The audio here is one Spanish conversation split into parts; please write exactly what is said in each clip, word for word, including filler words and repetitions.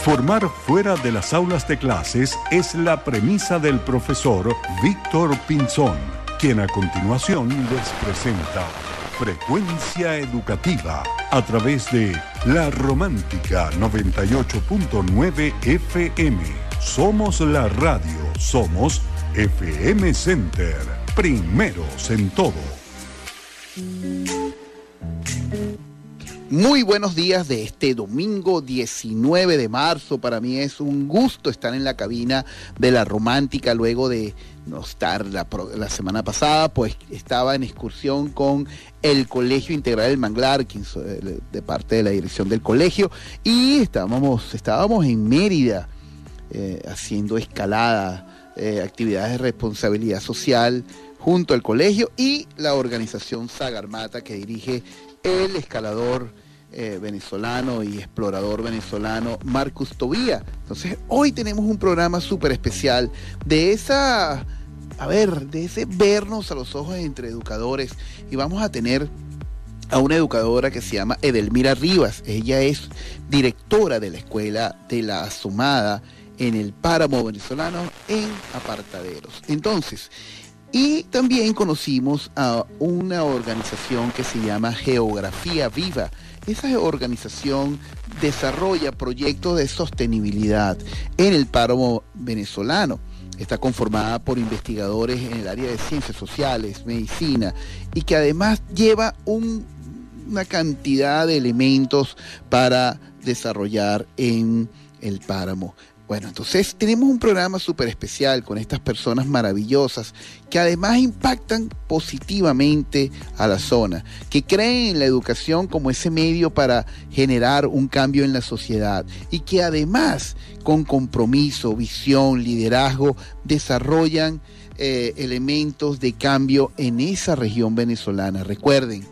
Formar fuera de las aulas de clases es la premisa del profesor Víctor Pinzón, quien a continuación les presenta Frecuencia Educativa a través de La Romántica noventa y ocho punto nueve F M. Somos la radio, somos F M Center, primeros en todo. Muy buenos días de este domingo diecinueve de marzo. Para mí es un gusto estar en la cabina de La Romántica luego de no estar la, la semana pasada, pues estaba en excursión con el Colegio Integral del Manglar, de parte de la dirección del colegio, y estábamos, estábamos en Mérida eh, haciendo escalada, eh, actividades de responsabilidad social junto al colegio y la organización Sagarmata que dirige el escalador eh, venezolano y explorador venezolano Marcus Tobía. Entonces hoy tenemos un programa súper especial de esa, a ver, de ese vernos a los ojos entre educadores, y vamos a tener a una educadora que se llama Edelmira Rivas. Ella es directora de la Escuela de la Asomada en el Páramo venezolano en Apartaderos. Entonces, y también conocimos a una organización que se llama Geografía Viva. Esa organización desarrolla proyectos de sostenibilidad en el páramo venezolano. Está conformada por investigadores en el área de ciencias sociales, medicina, y que además lleva un, una cantidad de elementos para desarrollar en el páramo. Bueno, entonces tenemos un programa súper especial con estas personas maravillosas que además impactan positivamente a la zona, que creen en la educación como ese medio para generar un cambio en la sociedad y que además con compromiso, visión, liderazgo desarrollan eh, elementos de cambio en esa región venezolana. Recuerden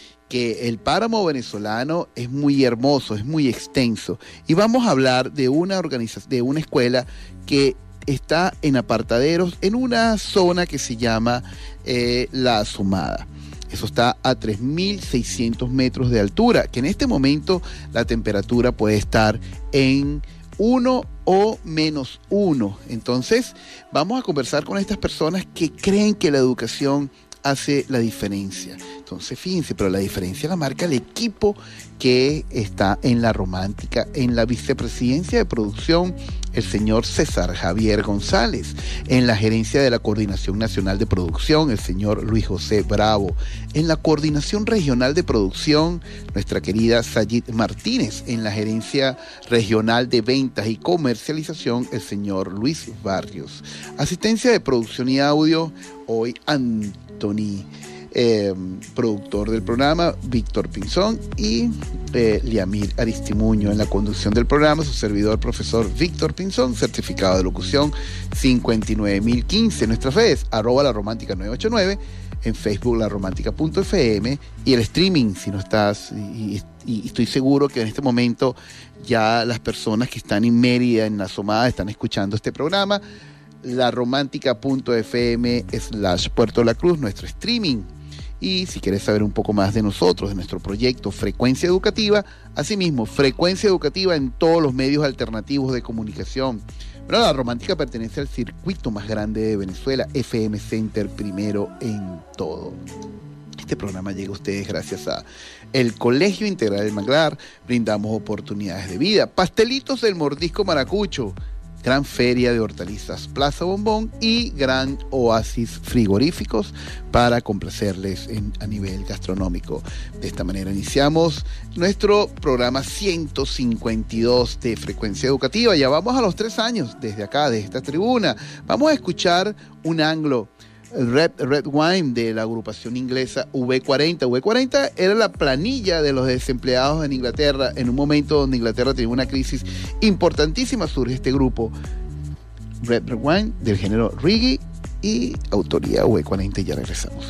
que el páramo venezolano es muy hermoso, es muy extenso, y vamos a hablar de una organización, de una escuela que está en Apartaderos, en una zona que se llama eh, La Asomada. Eso está a tres mil seiscientos metros de altura, que en este momento la temperatura puede estar en uno o menos uno. Entonces vamos a conversar con estas personas que creen que la educación hace la diferencia. Entonces fíjense, pero la diferencia la marca el equipo que está en La Romántica. En la vicepresidencia de producción, el señor César Javier González. En la gerencia de la Coordinación Nacional de Producción, el señor Luis José Bravo. En la Coordinación Regional de Producción, nuestra querida Sayid Martínez. En la gerencia regional de Ventas y Comercialización, el señor Luis Barrios. Asistencia de producción y audio, hoy Anthony, eh, productor del programa, Víctor Pinzón, y eh, Liamir Aristimuño. En la conducción del programa, su servidor, profesor Víctor Pinzón, certificado de locución cincuenta y nueve mil quince. Nuestras redes, arroba la romántica nueve ocho nueve, en Facebook la romántica punto f m, y el streaming, si no estás, y, y, y estoy seguro que en este momento ya las personas que están en Mérida, en La Asomada, están escuchando este programa, la romántica punto f m slash Puerto La Cruz, nuestro streaming. Y si quieres saber un poco más de nosotros, de nuestro proyecto Frecuencia Educativa, asimismo, Frecuencia Educativa en todos los medios alternativos de comunicación. Bueno, La Romántica pertenece al circuito más grande de Venezuela, F M Center, primero en todo. Este programa llega a ustedes gracias a el Colegio Integral del Manglar. Brindamos oportunidades de vida. Pastelitos del Mordisco Maracucho, gran feria de hortalizas Plaza Bombón y gran oasis frigoríficos para complacerles en, a nivel gastronómico. De esta manera iniciamos nuestro programa ciento cincuenta y dos de Frecuencia Educativa. Ya vamos a los tres años desde acá, de esta tribuna. Vamos a escuchar un anglo, el Red, Red Wine de la agrupación inglesa V cuarenta. V cuarenta era la planilla de los desempleados en Inglaterra. En un momento donde Inglaterra tenía una crisis importantísima, surge este grupo Red, Red Wine del género reggae y autoría V cuarenta. Y ya regresamos.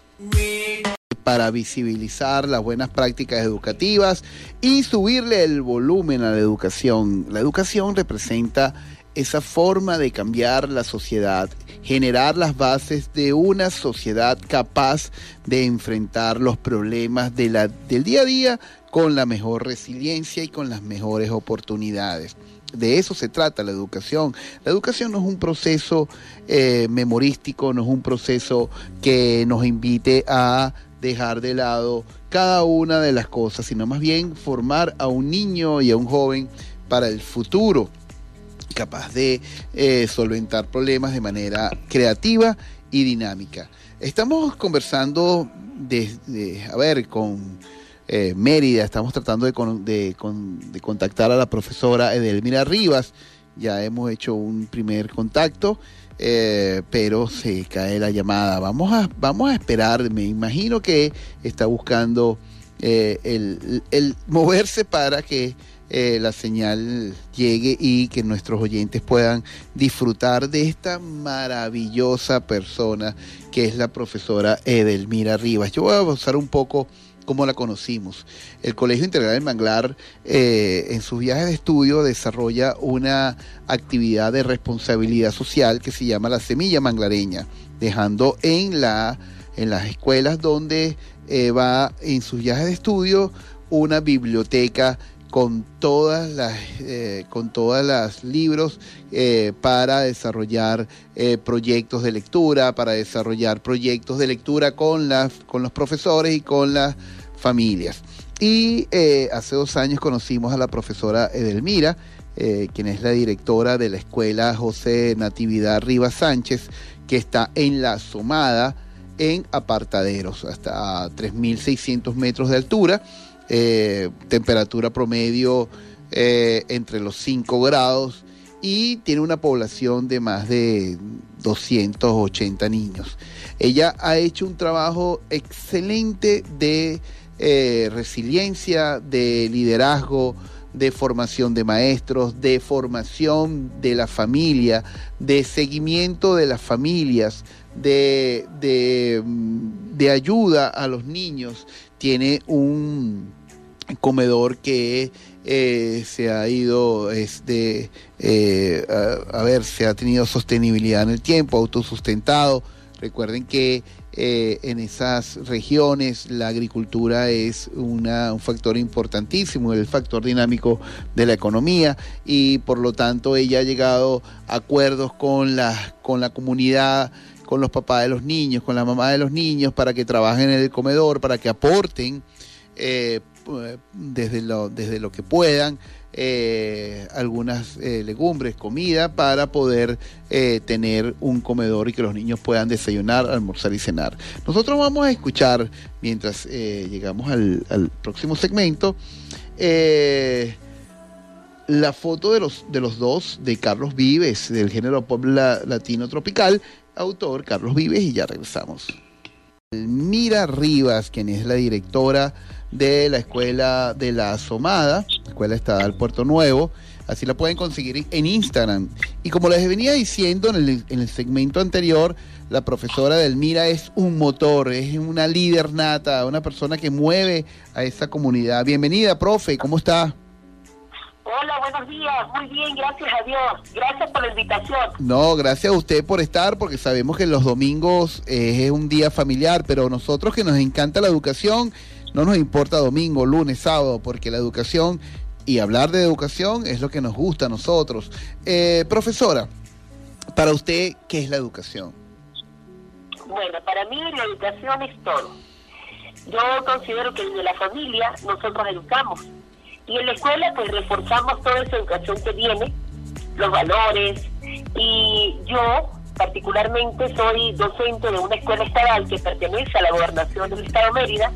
Para visibilizar las buenas prácticas educativas y subirle el volumen a la educación. La educación representa esa forma de cambiar la sociedad, generar las bases de una sociedad capaz de enfrentar los problemas de la, del día a día con la mejor resiliencia y con las mejores oportunidades. De eso se trata la educación. La educación no es un proceso eh, memorístico, no es un proceso que nos invite a dejar de lado cada una de las cosas, sino más bien formar a un niño y a un joven para el futuro, capaz de eh, solventar problemas de manera creativa y dinámica. Estamos conversando desde, a ver, con eh, Mérida, estamos tratando de, con, de, con, de contactar a la profesora Edelmira Rivas. Ya hemos hecho un primer contacto, eh, pero se cae la llamada. Vamos a, vamos a esperar, me imagino que está buscando eh, el, el moverse para que Eh, la señal llegue y que nuestros oyentes puedan disfrutar de esta maravillosa persona que es la profesora Edelmira Rivas. Yo voy a usar un poco cómo la conocimos. El Colegio Integral del Manglar, eh, en sus viajes de estudio, desarrolla una actividad de responsabilidad social que se llama la Semilla Manglareña, dejando en, la, en las escuelas donde eh, va en sus viajes de estudio una biblioteca con todas las eh, con todas las libros eh, para desarrollar eh, proyectos de lectura, para desarrollar proyectos de lectura con las con los profesores y con las familias. Y eh, hace dos años conocimos a la profesora Edelmira, eh, quien es la directora de la escuela José Natividad Rivas Sánchez, que está en La Asomada, en Apartaderos, hasta tres mil seiscientos metros de altura. Eh, temperatura promedio eh, entre los cinco grados y tiene una población de más de doscientos ochenta niños. Ella ha hecho un trabajo excelente de eh, resiliencia, de liderazgo, de formación de maestros, de formación de la familia, de seguimiento de las familias, de, de, de ayuda a los niños. Tiene un comedor que eh, se ha ido, este, eh, a, a ver, se ha tenido sostenibilidad en el tiempo, autosustentado. Recuerden que eh, en esas regiones la agricultura es una, un factor importantísimo, el factor dinámico de la economía, y por lo tanto ella ha llegado a acuerdos con la, con la comunidad, con los papás de los niños, con la mamá de los niños, para que trabajen en el comedor, para que aporten eh, desde lo, desde lo que puedan eh, algunas eh, legumbres, comida, para poder eh, tener un comedor y que los niños puedan desayunar, almorzar y cenar. Nosotros vamos a escuchar, mientras eh, llegamos al, al próximo segmento, eh, la foto de los, de los dos, de Carlos Vives, del género pop la, latino tropical, autor Carlos Vives, y ya regresamos. Edelmira Rivas, quien es la directora de la escuela de La Asomada, Escuela Estatal Puerto Nuevo, así la pueden conseguir en Instagram. Y como les venía diciendo en el, en el segmento anterior, la profesora Edelmira es un motor, es una líder nata, una persona que mueve a esa comunidad. Bienvenida, profe, ¿cómo está? Hola, buenos días, muy bien, gracias a Dios, gracias por la invitación. No, gracias a usted por estar, porque sabemos que los domingos eh, es un día familiar, pero nosotros que nos encanta la educación, no nos importa domingo, lunes, sábado, porque la educación y hablar de educación es lo que nos gusta a nosotros. Eh, profesora, para usted, ¿qué es la educación? Bueno, para mí la educación es todo. Yo considero que desde la familia nosotros educamos. Y en la escuela pues reforzamos toda esa educación que viene, los valores. Y yo particularmente soy docente de una escuela estatal que pertenece a la gobernación del estado de Mérida.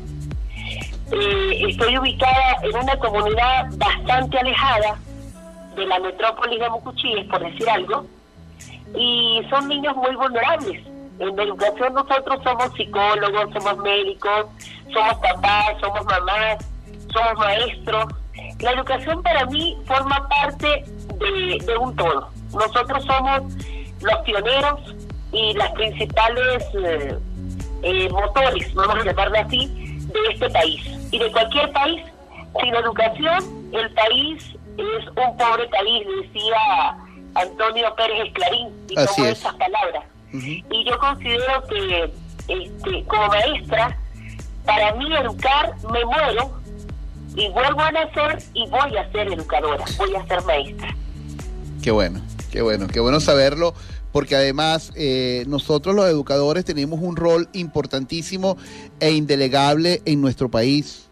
Eh, estoy ubicada en una comunidad bastante alejada de la metrópolis de Mucuchíes, por decir algo, y son niños muy vulnerables. En la educación nosotros somos psicólogos, somos médicos, somos papás, somos mamás, somos maestros. La educación para mí forma parte de, de un todo. Nosotros somos los pioneros y las principales eh, eh, motores, vamos a llamarlo así, de este país y de cualquier país. Sin educación el país es un pobre país, decía Antonio Pérez Esclarín, y Así tomó es. esas palabras. Uh-huh. Y yo considero que este, como maestra, para mí educar, me muero y vuelvo a nacer y voy a ser educadora, voy a ser maestra. Qué bueno, qué bueno, qué bueno saberlo, porque además eh, nosotros los educadores tenemos un rol importantísimo e indelegable en nuestro país.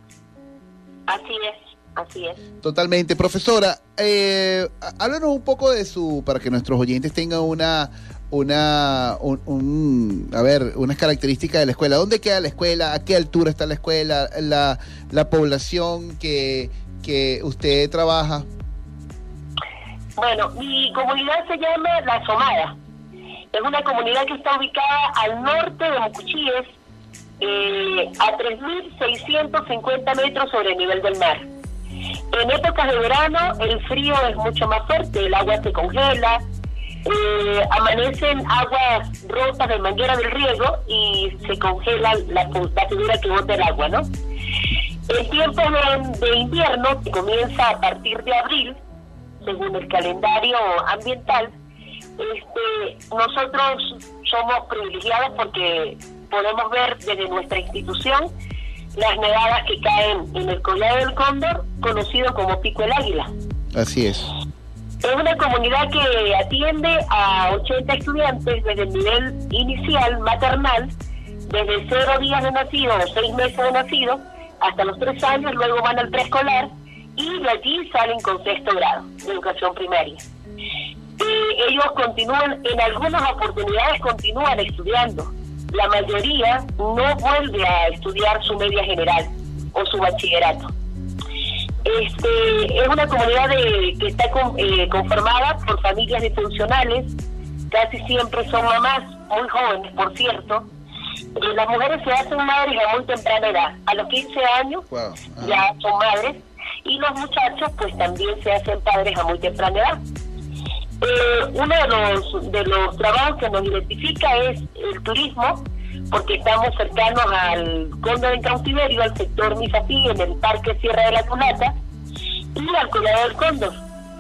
Así es, así es. Totalmente. Profesora, eh, háblanos un poco de su, para que nuestros oyentes tengan una, una, un, un, a ver, unas características de la escuela. ¿Dónde queda la escuela? ¿A qué altura está la escuela? La, la población que, que usted trabaja. Bueno, mi comunidad se llama La Asomada. Es una comunidad que está ubicada al norte de Mucuchíes, eh, a tres mil seiscientos cincuenta metros sobre el nivel del mar. En épocas de verano el frío es mucho más fuerte, el agua se congela, eh, amanecen aguas rotas de manguera del riego y se congela la, la figura que bota el agua, ¿no? En tiempos de, de invierno, que comienza a partir de abril, según el calendario ambiental, este, nosotros somos privilegiados porque podemos ver desde nuestra institución las nevadas que caen en el Collado del Cóndor, conocido como Pico el Águila. Así es. Es una comunidad que atiende a ochenta estudiantes desde el nivel inicial, maternal, desde cero días de nacido o seis meses de nacido, hasta los tres años, luego van al preescolar, y de allí salen con sexto grado de educación primaria. Eh, ellos continúan, en algunas oportunidades continúan estudiando. La mayoría no vuelve a estudiar su media general o su bachillerato. Este, es una comunidad de, que está con, eh, conformada por familias disfuncionales, casi siempre son mamás, muy jóvenes por cierto. Eh, las mujeres se hacen madres a muy temprana edad, a los quince años wow. uh-huh. ya son madres, y los muchachos pues también se hacen padres a muy temprana edad. Eh, uno de los de los trabajos que nos identifica es el turismo, porque estamos cercanos al Cóndor en cautiverio, al sector Misafí, en el Parque Sierra de la Culata, y al Collado del Cóndor.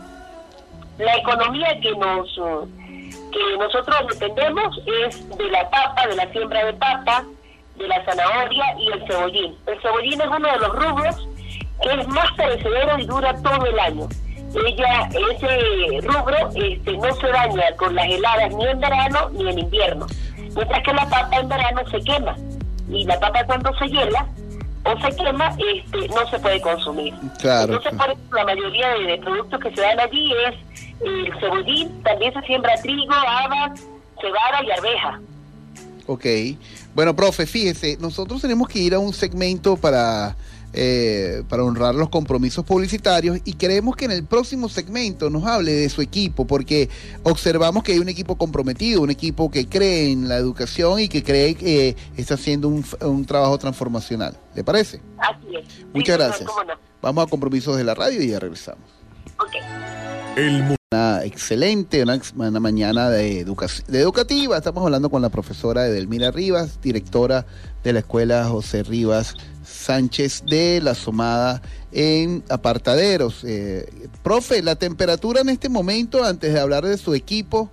La economía que nos que nosotros dependemos es de la papa, de la siembra de papa, de la zanahoria y el cebollín. El cebollín es uno de los rubros que es más perecedero y dura todo el año. Ella, ese rubro este, no se daña con las heladas ni en verano ni en invierno, mientras que la papa en verano se quema, y la papa cuando se hiela o se quema este, no se puede consumir. Claro. Entonces, por eso la mayoría de, de productos que se dan allí es el cebollín, también se siembra trigo, habas, cebada y arveja. Ok. Bueno, profe, fíjese, nosotros tenemos que ir a un segmento para... Eh, para honrar los compromisos publicitarios, y queremos que en el próximo segmento nos hable de su equipo, porque observamos que hay un equipo comprometido, un equipo que cree en la educación y que cree que eh, está haciendo un, un trabajo transformacional. ¿Le parece? Así es. Muchas sí, gracias. No, no. Vamos a compromisos de la radio y ya regresamos. Okay. El Una excelente, una, una mañana de, educación, de educativa. Estamos hablando con la profesora Edelmira Rivas, directora de la Escuela José Rivas Sánchez de La Asomada en Apartaderos. Eh, profe, la temperatura en este momento, antes de hablar de su equipo.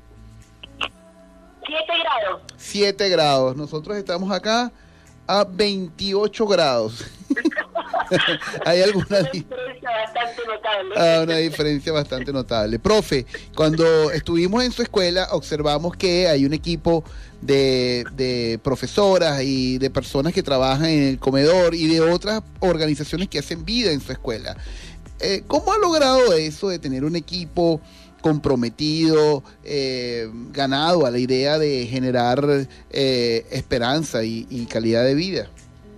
Siete grados. Siete grados. Nosotros estamos acá a veintiocho grados. Hay alguna una diferencia bastante notable. Ah, una diferencia bastante notable. Profe, cuando estuvimos en su escuela observamos que hay un equipo de, de profesoras y de personas que trabajan en el comedor y de otras organizaciones que hacen vida en su escuela. Eh, ¿Cómo ha logrado eso de tener un equipo comprometido, eh, ganado a la idea de generar eh, esperanza y, y calidad de vida?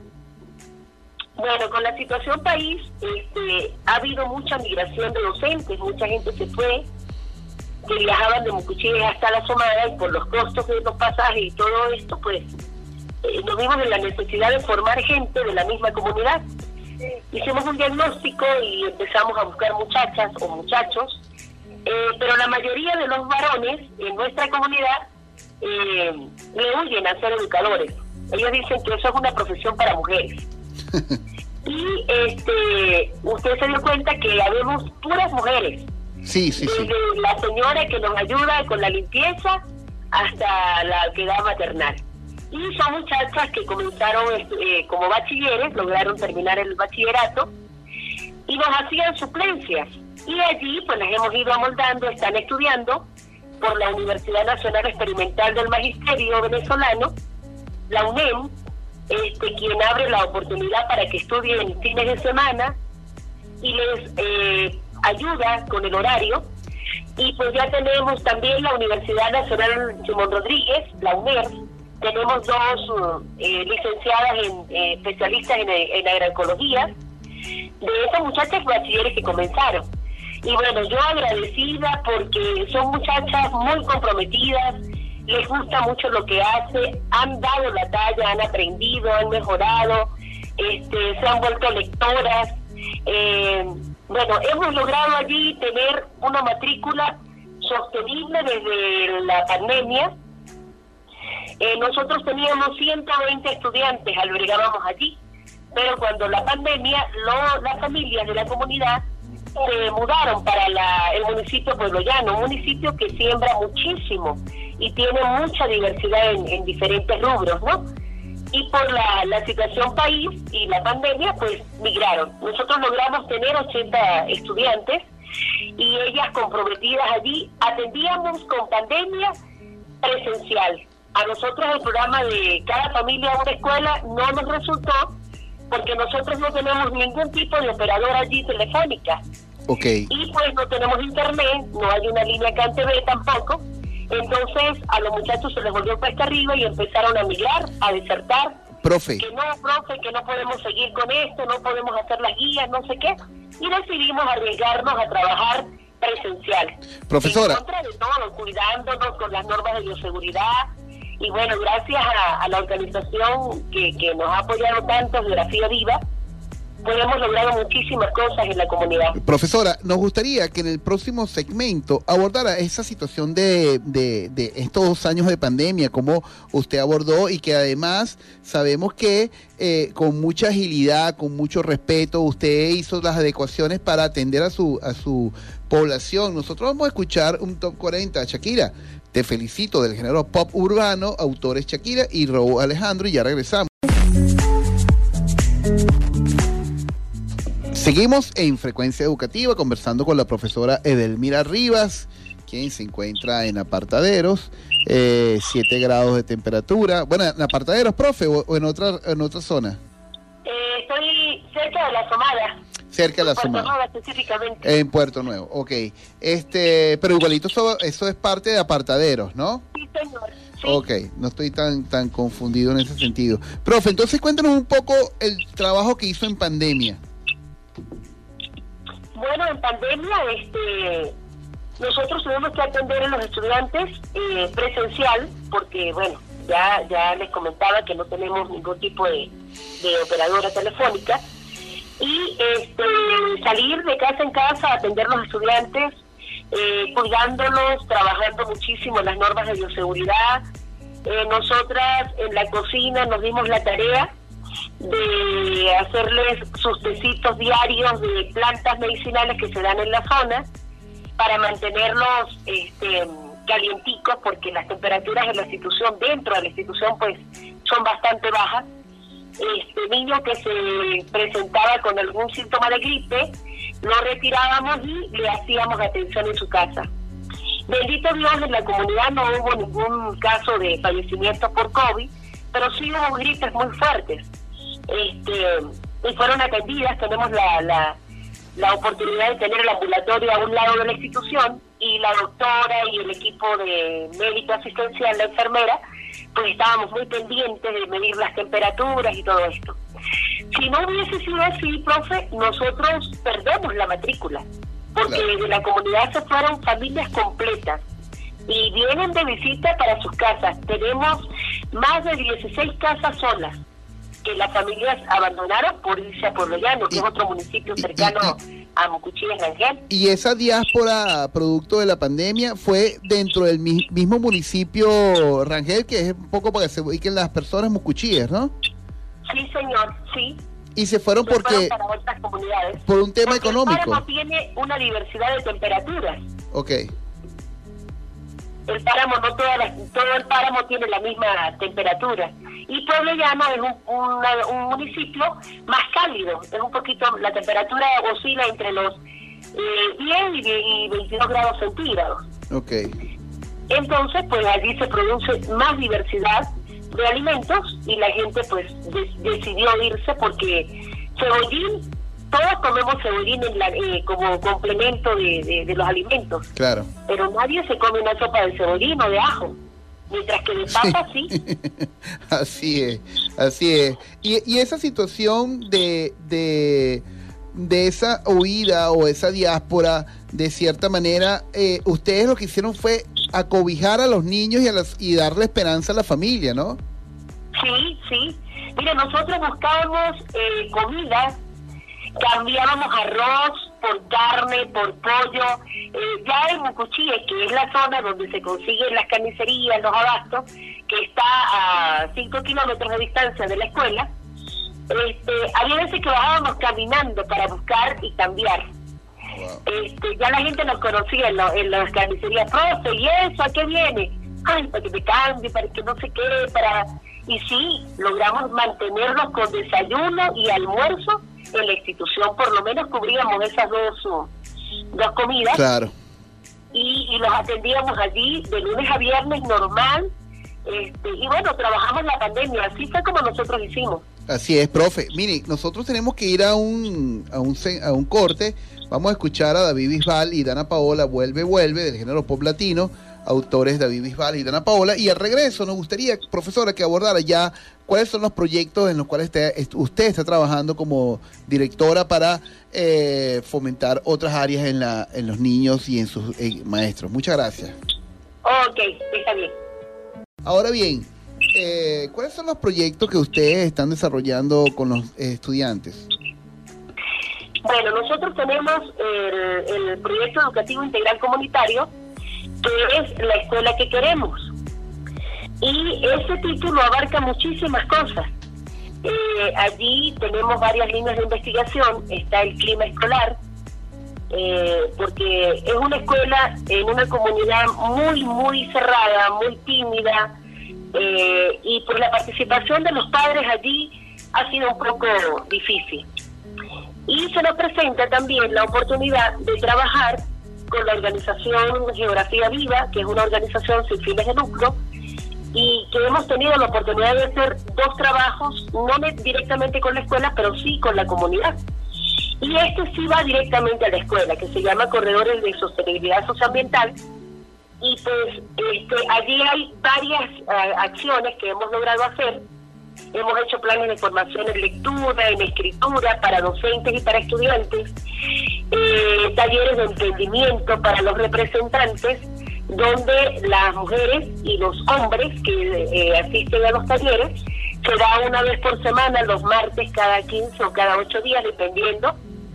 Bueno, con la situación país, este, ha habido mucha migración de docentes, mucha gente se fue, que viajaban de Mucuchíes hasta La Asomada, y por los costos de los pasajes y todo esto, pues, eh, nos vimos en la necesidad de formar gente de la misma comunidad. Hicimos un diagnóstico y empezamos a buscar muchachas o muchachos, eh, pero la mayoría de los varones en nuestra comunidad eh, le huyen a ser educadores. Ellos dicen que eso es una profesión para mujeres. Y este, usted se dio cuenta que habemos puras mujeres. Sí, sí, sí. Desde la señora que nos ayuda con la limpieza hasta la que da maternal. Y son muchachas que comenzaron eh, como bachilleres, lograron terminar el bachillerato y nos hacían suplencias. Y allí pues las hemos ido amoldando, están estudiando por la Universidad Nacional Experimental del Magisterio Venezolano, la UNEM, este, quien abre la oportunidad para que estudien fines de semana y les eh, ayuda con el horario. Y pues ya tenemos también la Universidad Nacional Simón Rodríguez, la UNER, tenemos dos eh, licenciadas en eh, especialistas en, en agroecología, de esas muchachas bachilleres que comenzaron. Y bueno, yo agradecida porque son muchachas muy comprometidas, les gusta mucho lo que hace, han dado la talla, han aprendido, han mejorado, este, se han vuelto lectoras. Eh, bueno, hemos logrado allí tener una matrícula sostenible desde la pandemia. Eh, nosotros teníamos ciento veinte estudiantes, albergábamos allí, pero cuando la pandemia, lo, las familias de la comunidad se mudaron para la, el municipio Pueblo Llano, un municipio que siembra muchísimo y tiene mucha diversidad en, en diferentes rubros, ¿no? Y por la, la situación país y la pandemia, pues migraron. Nosotros logramos tener ochenta estudiantes y ellas comprometidas allí. Atendíamos con pandemia presencial. A nosotros el programa de cada familia a una escuela no nos resultó porque nosotros no tenemos ningún tipo de operadora allí telefónica. Okay. Y pues no tenemos internet, no hay una línea C A N T V tampoco. Entonces a los muchachos se les volvió cuesta arriba y empezaron a migrar, a desertar. Profe. Que no, profe, que no podemos seguir con esto, no podemos hacer las guías, no sé qué. Y decidimos arriesgarnos a trabajar presencial. Profesora. En contra de todo, cuidándonos con las normas de bioseguridad. Y bueno, gracias a, a la organización que, que nos ha apoyado tanto, Geografía Viva, pues hemos logrado muchísimas cosas en la comunidad. Profesora, nos gustaría que en el próximo segmento abordara esa situación de, de, de estos dos años de pandemia, cómo usted abordó y que además sabemos que eh, con mucha agilidad, con mucho respeto, usted hizo las adecuaciones para atender a su, a su población. Nosotros vamos a escuchar un top cuarenta, Shakira. Te felicito, del género pop urbano, autores Shakira y Raúl Alejandro, y ya regresamos. Seguimos en Frecuencia Educativa conversando con la profesora Edelmira Rivas, quien se encuentra en Apartaderos, eh, siete grados de temperatura. Bueno, ¿en Apartaderos, profe, o, o en otra en otra zona? Eh, estoy cerca de la Somada. Cerca de la Puerto Somada. Nuevo, específicamente. En Puerto Nuevo, ok. Este, pero igualito eso, eso es parte de Apartaderos, ¿no? Sí, señor. Sí. Ok, no estoy tan tan confundido en ese sentido. Profe, entonces cuéntanos un poco el trabajo que hizo en pandemia. Bueno, en pandemia, este, nosotros tuvimos que atender a los estudiantes eh, presencial, porque, bueno, ya ya les comentaba que no tenemos ningún tipo de, de operadora telefónica, y este, salir de casa en casa a atender a los estudiantes, eh, cuidándolos, trabajando muchísimo en las normas de bioseguridad. Eh, nosotras en la cocina nos dimos la tarea de hacerles sus tecitos diarios de plantas medicinales que se dan en la zona para mantenerlos este, calienticos, porque las temperaturas en la institución, dentro de la institución, pues son bastante bajas. Este niño que se presentaba con algún síntoma de gripe, lo retirábamos y le hacíamos atención en su casa. Bendito Dios, en la comunidad no hubo ningún caso de fallecimiento por COVID, pero sí hubo gripes muy fuertes. Este, y fueron atendidas. Tenemos la, la, la oportunidad de tener el ambulatorio a un lado de la institución, y la doctora y el equipo de médico asistencial, la enfermera, pues estábamos muy pendientes de medir las temperaturas y todo esto. Si no hubiese sido así, profe, nosotros perdemos la matrícula, porque claro, de la comunidad se fueron familias completas y vienen de visita para sus casas. Tenemos más de dieciséis casas solas que las familias abandonaron por irse a Pueblo Llano, que y, es otro municipio cercano y, y, a Mucuchíes, Rangel. Y esa diáspora, producto de la pandemia, fue dentro del mi, mismo municipio Rangel, que es un poco para que se ubiquen las personas, Mucuchíes, ¿no? Sí, señor, sí. Y se fueron se porque fueron para otras comunidades. Por un tema porque económico. El páramo tiene una diversidad de temperaturas. Ok. El páramo, no toda la, todo el páramo tiene la misma temperatura. Y Pueblo Llano es un, una, un municipio más cálido. Es un poquito, la temperatura oscila entre los eh, diez y veintidós grados centígrados. Ok. Entonces, pues allí se produce más diversidad de alimentos y la gente pues de, decidió irse porque cebollín, todos comemos cebollín en la, eh, como complemento de, de, de los alimentos. Claro. Pero nadie se come una sopa de cebollín o de ajo, mientras que de papa sí. sí. Así es, así es. Y, y esa situación de, de, de esa huida o esa diáspora, de cierta manera, eh, ustedes lo que hicieron fue acobijar a los niños y, a las, y darle esperanza a la familia, ¿no? Sí, sí. Mire, nosotros buscábamos eh, comida, cambiábamos arroz por carne, por pollo. Eh, ya en Mucuchíes, que es la zona donde se consiguen las carnicerías, los abastos, que está a cinco kilómetros de distancia de la escuela, este, había veces que bajábamos caminando para buscar y cambiar. Wow. Este, ya la gente nos conocía en, lo, en las carnicerías, profe, ¿y eso a qué viene? Ay, para que me cambie, para que no se quede, para... Y sí, logramos mantenerlos con desayuno y almuerzo en la institución, por lo menos cubríamos esas dos, uh, dos comidas. Claro. Y, y los atendíamos allí de lunes a viernes normal, este, y bueno, trabajamos la pandemia, así fue como nosotros hicimos. Así es, profe. Mire, nosotros tenemos que ir a un, a un, a un corte. Vamos a escuchar a David Bisbal y Dana Paola, Vuelve, Vuelve, del género pop latino, autores David Bisbal y Dana Paola. Y al regreso nos gustaría, profesora, que abordara ya cuáles son los proyectos en los cuales usted, usted está trabajando como directora para eh, fomentar otras áreas en, la, en los niños y en sus eh, maestros. Muchas gracias. Ok, está bien. Ahora bien, eh, ¿cuáles son los proyectos que ustedes están desarrollando con los eh, estudiantes? Bueno, nosotros tenemos el, el proyecto educativo integral comunitario, que es la escuela que queremos. Y ese título abarca muchísimas cosas. Eh, allí tenemos varias líneas de investigación. Está el clima escolar, eh, porque es una escuela en una comunidad muy, muy cerrada, muy tímida, eh, y por la participación de los padres allí ha sido un poco difícil. Y se nos presenta también la oportunidad de trabajar con la organización Geografía Viva, que es una organización sin fines de lucro, y que hemos tenido la oportunidad de hacer dos trabajos, no directamente con la escuela, pero sí con la comunidad. Y este sí va directamente a la escuela, que se llama Corredores de Sostenibilidad Socioambiental, y pues este, allí hay varias uh, acciones que hemos logrado hacer. Hemos hecho planes de formación en lectura, en escritura, para docentes y para estudiantes, eh, talleres de emprendimiento para los representantes, donde las mujeres y los hombres que eh, asisten a los talleres se da una vez por semana, los martes cada quince o cada ocho días, dependiendo.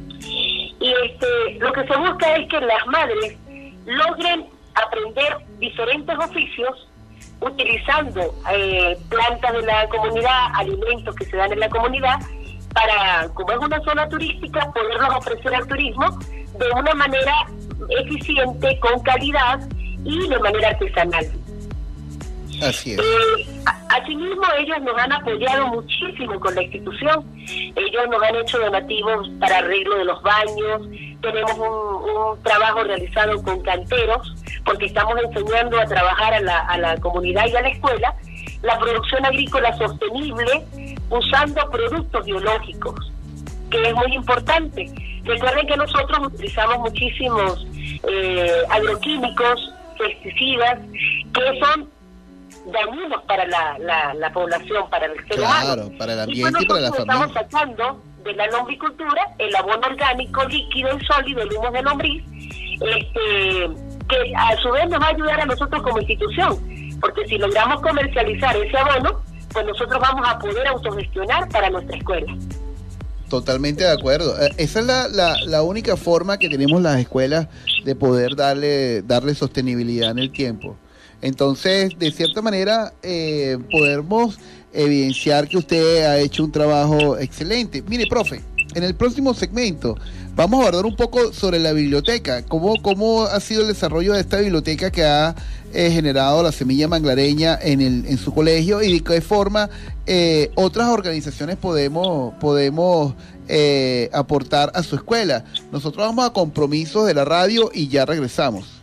Y este, lo que se busca es que las madres logren aprender diferentes oficios utilizando eh, plantas de la comunidad, alimentos que se dan en la comunidad, para, como es una zona turística, poderlos ofrecer al turismo de una manera eficiente, con calidad y de manera artesanal. Así es. Eh, asimismo, ellos nos han apoyado muchísimo con la institución. Ellos nos han hecho donativos para arreglo de los baños. Tenemos un, un trabajo realizado con canteros, porque estamos enseñando a trabajar a la, a la comunidad y a la escuela la producción agrícola sostenible usando productos biológicos, que es muy importante. Recuerden que nosotros utilizamos muchísimos eh, agroquímicos, pesticidas, que son dañinos para la, la, la población, para el ser humano. Claro, para el ambiente y, y para la familia. Estamos sacando de la lombricultura el abono orgánico, líquido y sólido, el humo de lombriz, este, que a su vez nos va a ayudar a nosotros como institución, porque si logramos comercializar ese abono, pues nosotros vamos a poder autogestionar para nuestra escuela. Totalmente de acuerdo. Esa es la, la, la única forma que tenemos las escuelas de poder darle, darle sostenibilidad en el tiempo. Entonces, de cierta manera, eh, podemos evidenciar que usted ha hecho un trabajo excelente. Mire, profe, en el próximo segmento vamos a abordar un poco sobre la biblioteca, cómo, cómo ha sido el desarrollo de esta biblioteca que ha eh, generado la Semilla Manglareña en, el, en su colegio, y de qué forma eh, otras organizaciones podemos, podemos eh, aportar a su escuela. Nosotros vamos a compromisos de la radio y ya regresamos.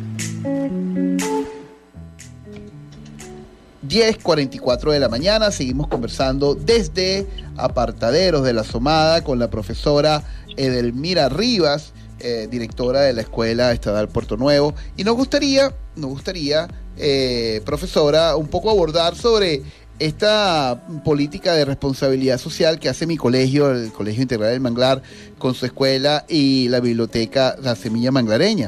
diez cuarenta y cuatro de la mañana, seguimos conversando desde Apartaderos de la Asomada con la profesora Edelmira Rivas, eh, directora de la Escuela Estatal Puerto Nuevo, y nos gustaría, nos gustaría, eh, profesora, un poco abordar sobre esta política de responsabilidad social que hace mi colegio, el Colegio Integral del Manglar, con su escuela y la biblioteca La Semilla Manglareña.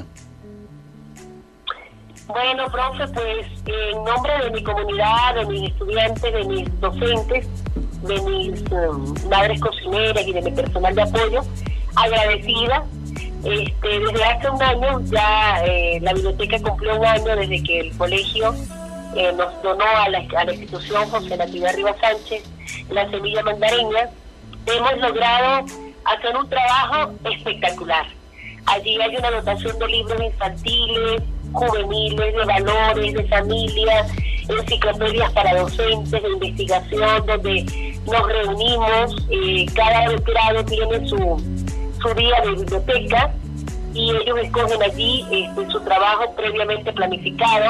Bueno, profe, pues en nombre de mi comunidad, de mis estudiantes, de mis docentes, de mis um, madres cocineras y de mi personal de apoyo, agradecida. Este, desde hace un año ya eh, la biblioteca cumplió un año desde que el colegio eh, nos donó a la, a la institución José Natividad Rivas Sánchez La Semilla Manglareña. Hemos logrado hacer un trabajo espectacular. Allí hay una dotación de libros infantiles, juveniles, de valores, de familia, enciclopedias para docentes, de investigación, donde nos reunimos, eh, cada grado tiene su, su día de biblioteca y ellos escogen allí este, su trabajo previamente planificado.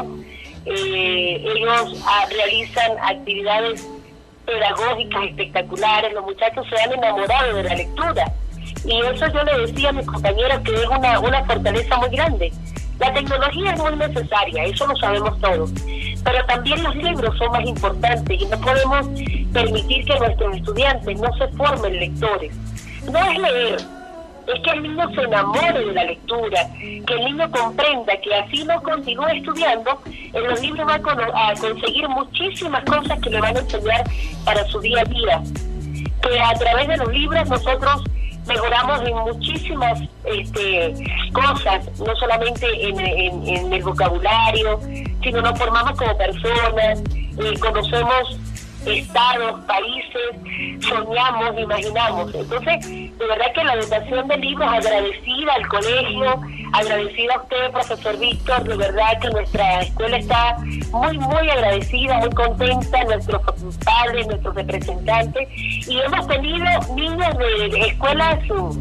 Eh, ellos ah, realizan actividades pedagógicas espectaculares, los muchachos se han enamorado de la lectura y eso yo le decía a mis compañeros que es una, una fortaleza muy grande. La tecnología es muy necesaria, eso lo sabemos todos, pero también los libros son más importantes y no podemos permitir que nuestros estudiantes no se formen lectores. No es leer, es que el niño se enamore de la lectura, que el niño comprenda que así no continúe estudiando, en los libros va a, con- a conseguir muchísimas cosas que le van a enseñar para su día a día, que a través de los libros nosotros mejoramos en muchísimas este, cosas, no solamente en, en, en el vocabulario, sino nos formamos como personas, eh, conocemos estados, países, soñamos, imaginamos. Entonces, de verdad que la dotación de libros, agradecida al colegio, agradecida a usted, profesor Víctor, de verdad que nuestra escuela está muy, muy agradecida, muy contenta, nuestros padres, nuestros representantes, y hemos tenido niños de escuelas um,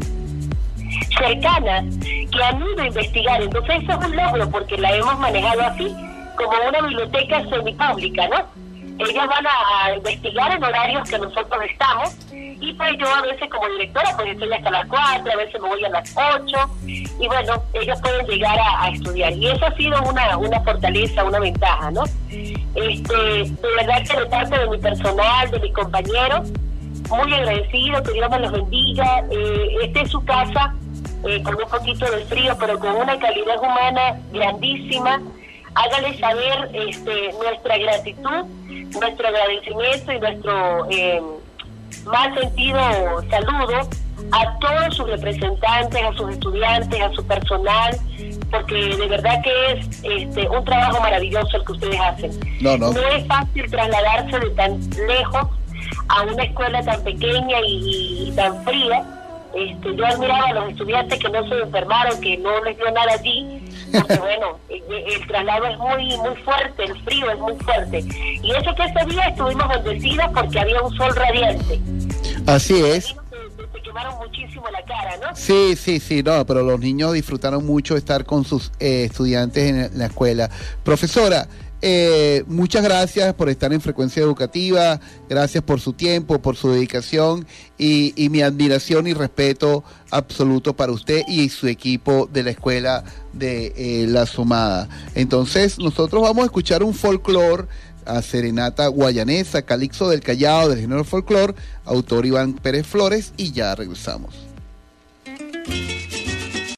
cercanas que han ido a investigar. Entonces eso es un logro porque la hemos manejado así, como una biblioteca semipública, ¿no? Ellas van a, a investigar en horarios que nosotros estamos, y pues yo a veces como directora pues estoy hasta las cuatro, a veces me voy a las ocho, y bueno, ellos pueden llegar a, a estudiar, y eso ha sido una, una fortaleza, una ventaja, ¿no? Este, de verdad que de parte de mi personal, de mis compañeros, muy agradecido, que Dios me los bendiga. Eh, esta es su casa, eh, con un poquito de frío, pero con una calidad humana grandísima. Hágale saber este, nuestra gratitud, nuestro agradecimiento y nuestro eh, más sentido saludo a todos sus representantes, a sus estudiantes, a su personal, porque de verdad que es este, un trabajo maravilloso el que ustedes hacen. No, no. No es fácil trasladarse de tan lejos a una escuela tan pequeña y, y tan fría. Este, yo admiraba a los estudiantes que no se enfermaron, que no les dio nada allí, porque bueno, el, el traslado es muy muy fuerte, el frío es muy fuerte, y eso que ese día estuvimos bendecidos porque había un sol radiante. Así es. Se, se quemaron muchísimo la cara, ¿no? Sí, sí, sí, no, pero los niños disfrutaron mucho estar con sus eh, estudiantes en la escuela. Profesora, Eh, muchas gracias por estar en Frecuencia Educativa, gracias por su tiempo, por su dedicación y, y mi admiración y respeto absoluto para usted y su equipo de la escuela de eh, La Asomada. Entonces nosotros vamos a escuchar un folclore, a serenata guayanesa, calixto del Callao, del género folclore, autor Iván Pérez Flores, y ya regresamos.